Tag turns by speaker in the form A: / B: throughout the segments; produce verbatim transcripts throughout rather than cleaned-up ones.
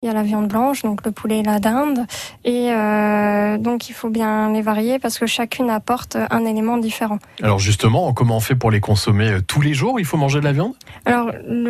A: Il y a la viande blanche, donc le poulet et la dinde. Et euh, donc, il faut bien les varier parce que chacune apporte un élément différent.
B: Alors justement, comment on fait pour les consommer tous les jours? Il faut manger de la viande?
A: Alors,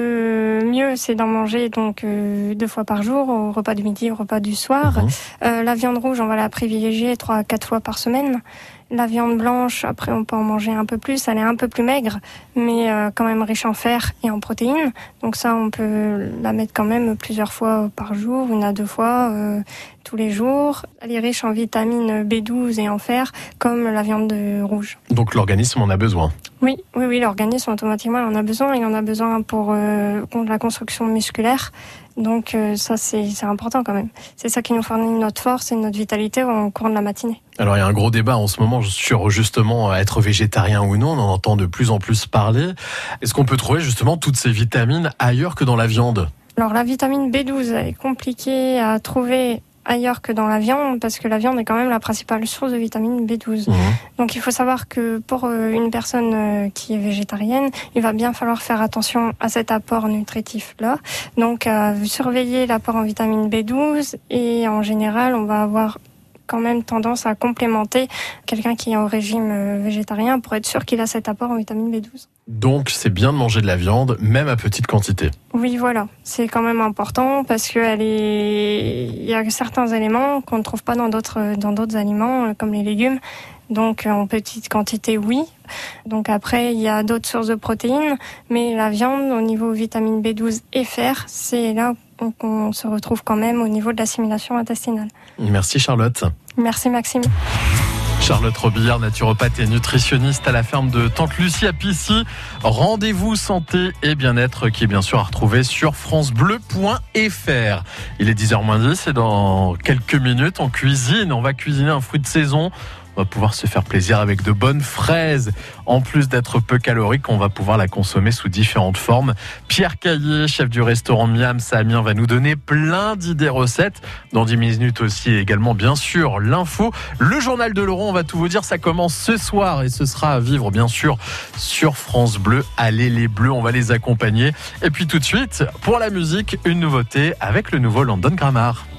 A: le mieux, c'est d'en manger donc euh, deux fois par jour, au repas du midi, au repas du soir. Mmh. Euh, la viande rouge, on va la privilégier trois à quatre fois par semaine. La viande blanche, après, on peut en manger un peu plus. Elle est un peu plus maigre, mais euh, quand même riche en fer et en protéines. Donc ça, on peut la mettre quand même plusieurs fois par jour, une à deux fois euh, tous les jours. Elle est riche en vitamine B douze et en fer, comme la viande rouge.
B: Donc l'organisme en a besoin?
A: Oui, oui, oui, l'organisme automatiquement en a besoin. Il en a besoin pour euh, la construction musculaire. Donc euh, ça, c'est, c'est important quand même. C'est ça qui nous fournit notre force et notre vitalité au cours de la matinée.
B: Alors il y a un gros débat en ce moment sur justement être végétarien ou non. On en entend de plus en plus parler. Est-ce qu'on peut trouver justement toutes ces vitamines ailleurs que dans la viande?
A: Alors la vitamine B douze, elle est compliquée à trouver ailleurs que dans la viande, parce que la viande est quand même la principale source de vitamine B douze. Mmh. Donc il faut savoir que pour une personne qui est végétarienne, il va bien falloir faire attention à cet apport nutritif-là. Donc à surveiller l'apport en vitamine B douze, et en général, on va avoir quand même tendance à complémenter quelqu'un qui est au régime végétarien pour être sûr qu'il a cet apport en vitamine B douze.
B: Donc c'est bien de manger de la viande, même à petite quantité.
A: Oui, voilà, c'est quand même important parce que elle est... il y a certains éléments qu'on ne trouve pas dans d'autres, dans d'autres aliments, comme les légumes. Donc en petite quantité, oui. Donc après, il y a d'autres sources de protéines, mais la viande, au niveau vitamine B douze et fer, c'est là qu'on se retrouve quand même au niveau de l'assimilation intestinale.
B: Merci Charlotte.
A: Merci Maxime.
B: Charlotte Robillard, naturopathe et nutritionniste à la ferme de Tante Lucie à Pissy. Rendez-vous santé et bien-être qui est bien sûr à retrouver sur francebleu point f r. Il est dix heures moins dix et dans quelques minutes on cuisine. On va cuisiner un fruit de saison. On va pouvoir se faire plaisir avec de bonnes fraises. En plus d'être peu calorique, on va pouvoir la consommer sous différentes formes. Pierre Caillé, chef du restaurant Miam à Amiens, va nous donner plein d'idées recettes. Dans dix minutes aussi, également, bien sûr, l'info. Le journal de Laurent, on va tout vous dire, ça commence ce soir et ce sera à vivre, bien sûr, sur France Bleu. Allez les Bleus, on va les accompagner. Et puis tout de suite, pour la musique, une nouveauté avec le nouveau London Grammar.